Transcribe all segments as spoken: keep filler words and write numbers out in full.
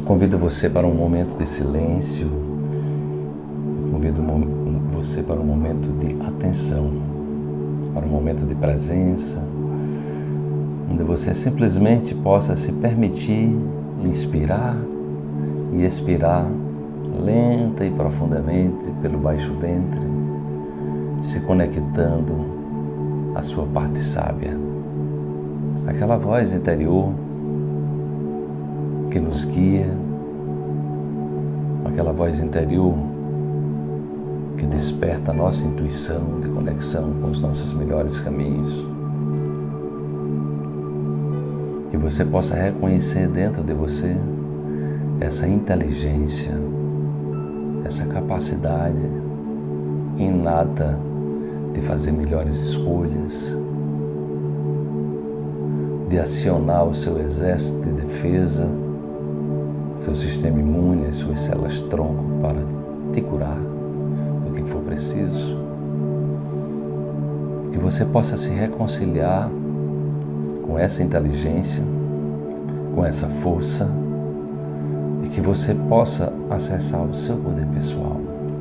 Convido você para um momento de silêncio, convido você para um momento de atenção, para um momento de presença, onde você simplesmente possa se permitir inspirar e expirar lenta e profundamente pelo baixo ventre, se conectando à sua parte sábia, aquela voz interior que nos guia, aquela voz interior que desperta a nossa intuição de conexão com os nossos melhores caminhos. Que você possa reconhecer dentro de você essa inteligência, essa capacidade inata de fazer melhores escolhas, de acionar o seu exército de defesa, seu sistema imune, as suas células tronco para te curar do que for preciso. Que você possa se reconciliar com essa inteligência, com essa força, e que você possa acessar o seu poder pessoal.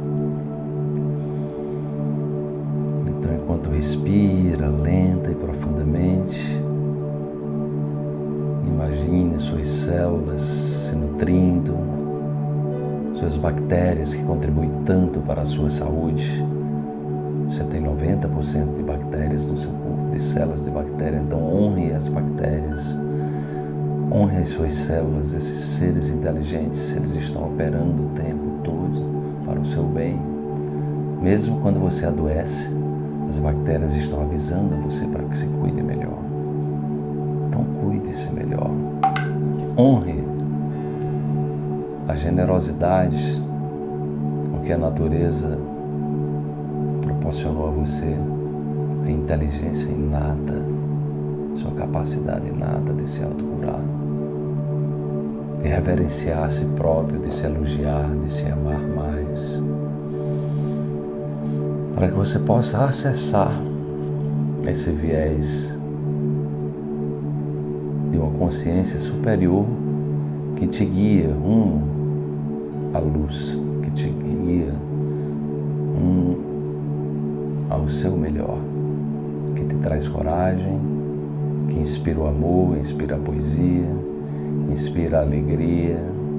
Então, enquanto respira lenta e profundamente, imagine suas células se nutrindo, suas bactérias que contribuem tanto para a sua saúde. Você tem noventa por cento de bactérias no seu corpo, de células de bactéria, então honre as bactérias, honre as suas células, esses seres inteligentes, eles estão operando o tempo todo para o seu bem. Mesmo quando você adoece, as bactérias estão avisando a você para que se cuide melhor. Então cuide-se melhor. Honre a generosidade com que a natureza proporcionou a você, a inteligência inata, sua capacidade inata de se autocurar, de reverenciar a si próprio, de se elogiar, de se amar mais, para que você possa acessar esse viés de uma consciência superior que te guia rumo à luz, que te guia rumo ao seu melhor, que te traz coragem, que inspira o amor, inspira a poesia, inspira a alegria,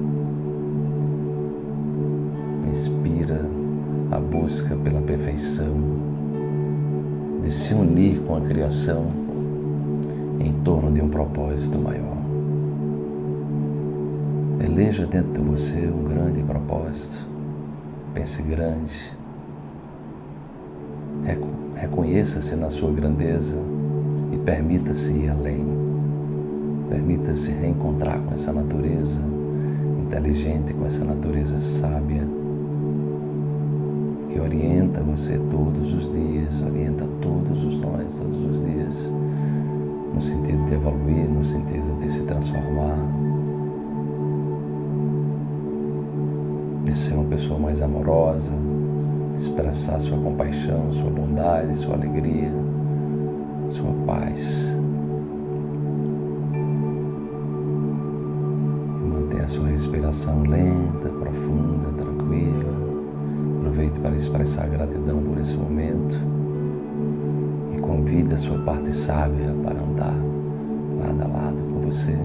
inspira a busca pela perfeição, de se unir com a criação em torno de um propósito maior. Eleja dentro de você um grande propósito, pense grande, reconheça-se na sua grandeza e permita-se ir além, permita-se reencontrar com essa natureza inteligente, com essa natureza sábia, que orienta você todos os dias, orienta todos os nós, todos os dias, no sentido de evoluir, no sentido de se transformar, de ser uma pessoa mais amorosa, de expressar sua compaixão, sua bondade, sua alegria, sua paz. E mantenha a sua respiração lenta, profunda, tranquila. Aproveite para expressar gratidão por esse momento e convida a sua parte sábia para andar lado a lado com você.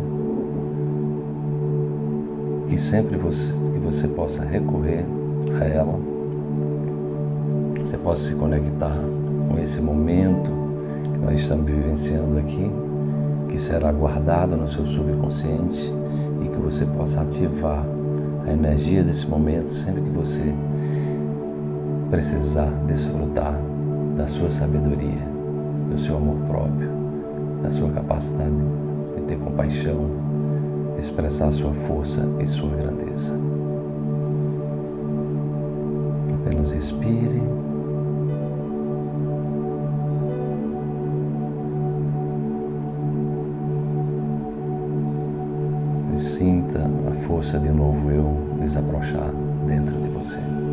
Que sempre você, que você possa recorrer a ela, você possa se conectar com esse momento que nós estamos vivenciando aqui, que será guardado no seu subconsciente e que você possa ativar a energia desse momento sempre que você precisar desfrutar da sua sabedoria, do seu amor próprio, da sua capacidade de ter compaixão, de expressar sua força e sua grandeza. Apenas respire. E sinta a força de um novo eu desabrochar dentro de você.